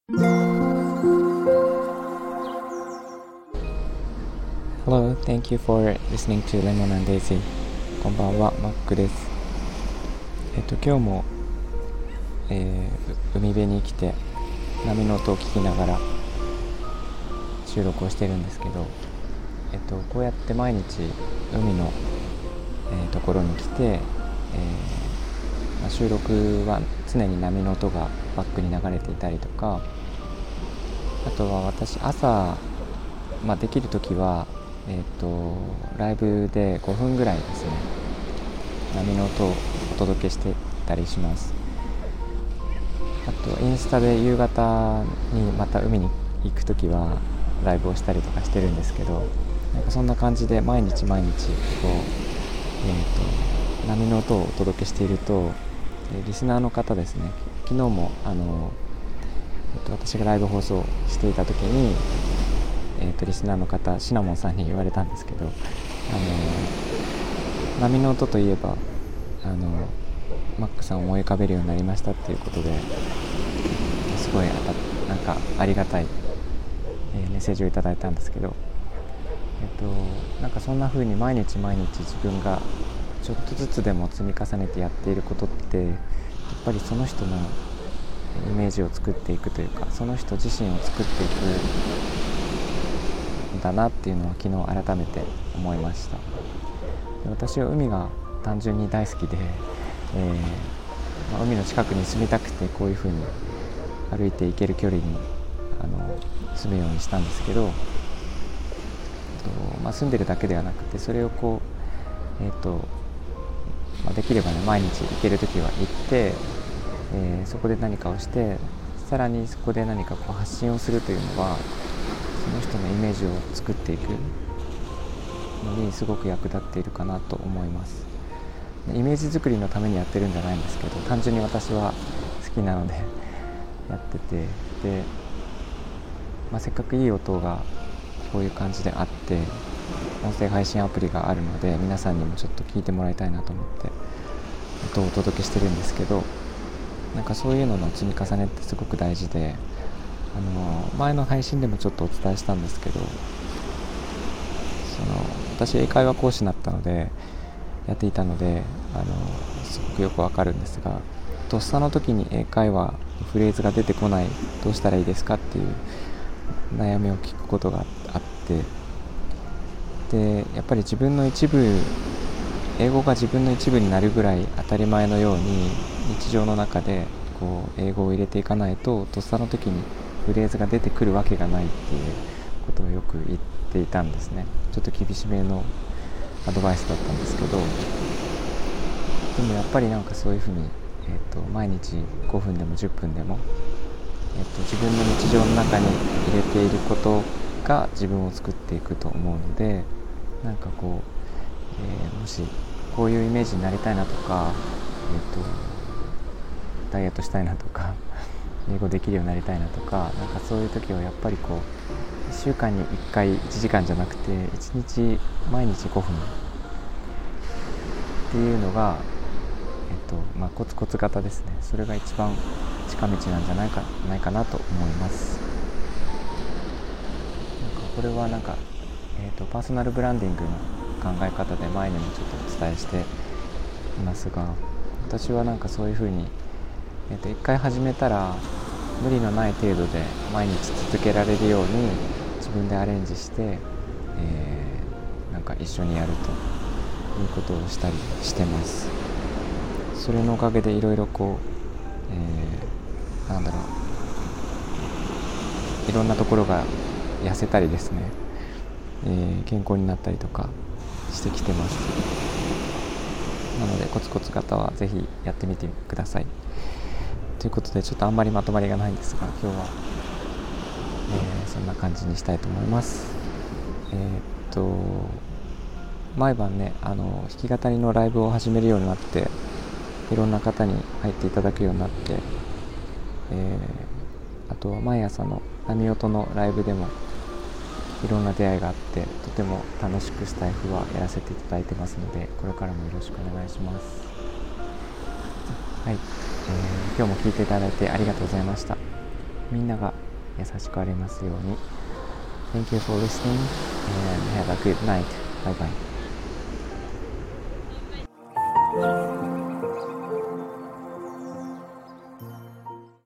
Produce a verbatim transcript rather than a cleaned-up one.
Hello, thank you for listening to Lemon and Daisy. こんばんは、マックです。えっと今日も、えー、海辺に来て波の音を聞きながら収録をしてるんですけど、えっとこうやって毎日海の、えー、ところに来て、えーまあ、収録は常に波の音がバックに流れていたりとか、あとは私朝、まあ、できるときはえー、とライブでごふんぐらいですね、波の音をお届けしてたりします。あとインスタで夕方にまた海に行くときはライブをしたりとかしてるんですけど、なんかそんな感じで毎日毎日こう、えー、と波の音をお届けしていると、リスナーの方ですね、昨日もあの、えー、と私がライブ放送していたときにえー、とリスナーの方、シナモンさんに言われたんですけど、あの波の音といえばあのマックさんを思い浮かべるようになりましたっていうことで、すごいあたなんかありがたい、えー、メッセージをいただいたんですけど、えっとなんかそんな風に毎日毎日自分がちょっとずつでも積み重ねてやっていることって、やっぱりその人のイメージを作っていくというか、その人自身を作っていくだなっていうのを昨日改めて思いました。で、私は海が単純に大好きで、えーまあ、海の近くに住みたくてこういう風に歩いて行ける距離にあの住むようにしたんですけど、と、まあ、住んでるだけではなくて、それをこう、えーとまあ、できればね毎日行けるときは行って、えー、そこで何かをして、さらにそこで何かこう発信をするというのは、その人のイメージを作っていくのにすごく役立っているかなと思います。イメージ作りのためにやってるんじゃないんですけど、単純に私は好きなのでやってて、で、まあ、せっかくいい音がこういう感じであって、音声配信アプリがあるので皆さんにもちょっと聞いてもらいたいなと思って音をお届けしてるんですけど、なんかそういうのの積み重ねってすごく大事で、あの前の配信でもちょっとお伝えしたんですけど、その私英会話講師になったのでやっていたので、あのすごくよくわかるんですが、とっさの時に英会話のフレーズが出てこない、どうしたらいいですかっていう悩みを聞くことがあって、でやっぱり自分の一部英語が自分の一部になるぐらい当たり前のように日常の中でこう英語を入れていかないと、とっさの時にフレーズが出てくるわけがないっていうことをよく言っていたんですね。ちょっと厳しめのアドバイスだったんですけど、でもやっぱりなんかそういうふうに、えー、と毎日ごふんでもじゅっぷんでも、えー、と自分の日常の中に入れていることが自分を作っていくと思うので、なんかこう、えー、もしこういうイメージになりたいなとか、えー、とダイエットしたいなとか英語できるようになりたいなとか、なんかそういう時はやっぱりこういっしゅうかんにいっかいいちじかんじゃなくていちにち毎日ごふんっていうのが、えっとまあ、コツコツ型ですね。それが一番近道なんじゃないか、ないかなと思います。なんかこれはなんか、えっとパーソナルブランディングの考え方で前にもちょっとお伝えしていますが、私はなんかそういうふうに、えっと、いっかい始めたら無理のない程度で毎日続けられるように自分でアレンジして、えー、なんか一緒にやるということをしたりしてます。それのおかげでいろいろこう、えー、なんだろう、いろんなところが痩せたりですね、えー、健康になったりとかしてきてます。なのでコツコツ型はぜひやってみてください。ということで、ちょっとあんまりまとまりがないんですが、今日は、えー、そんな感じにしたいと思います。えー、っと毎晩ね、あの弾き語りのライブを始めるようになって、いろんな方に入っていただくようになって、えー、あとは毎朝の波音のライブでもいろんな出会いがあって、とても楽しくスタイフはやらせていただいてますので、これからもよろしくお願いします。はい、えー、今日も聞いていただいてありがとうございました。 みんなが優しくありますように。 Thank you for listening and have a good night. Bye bye.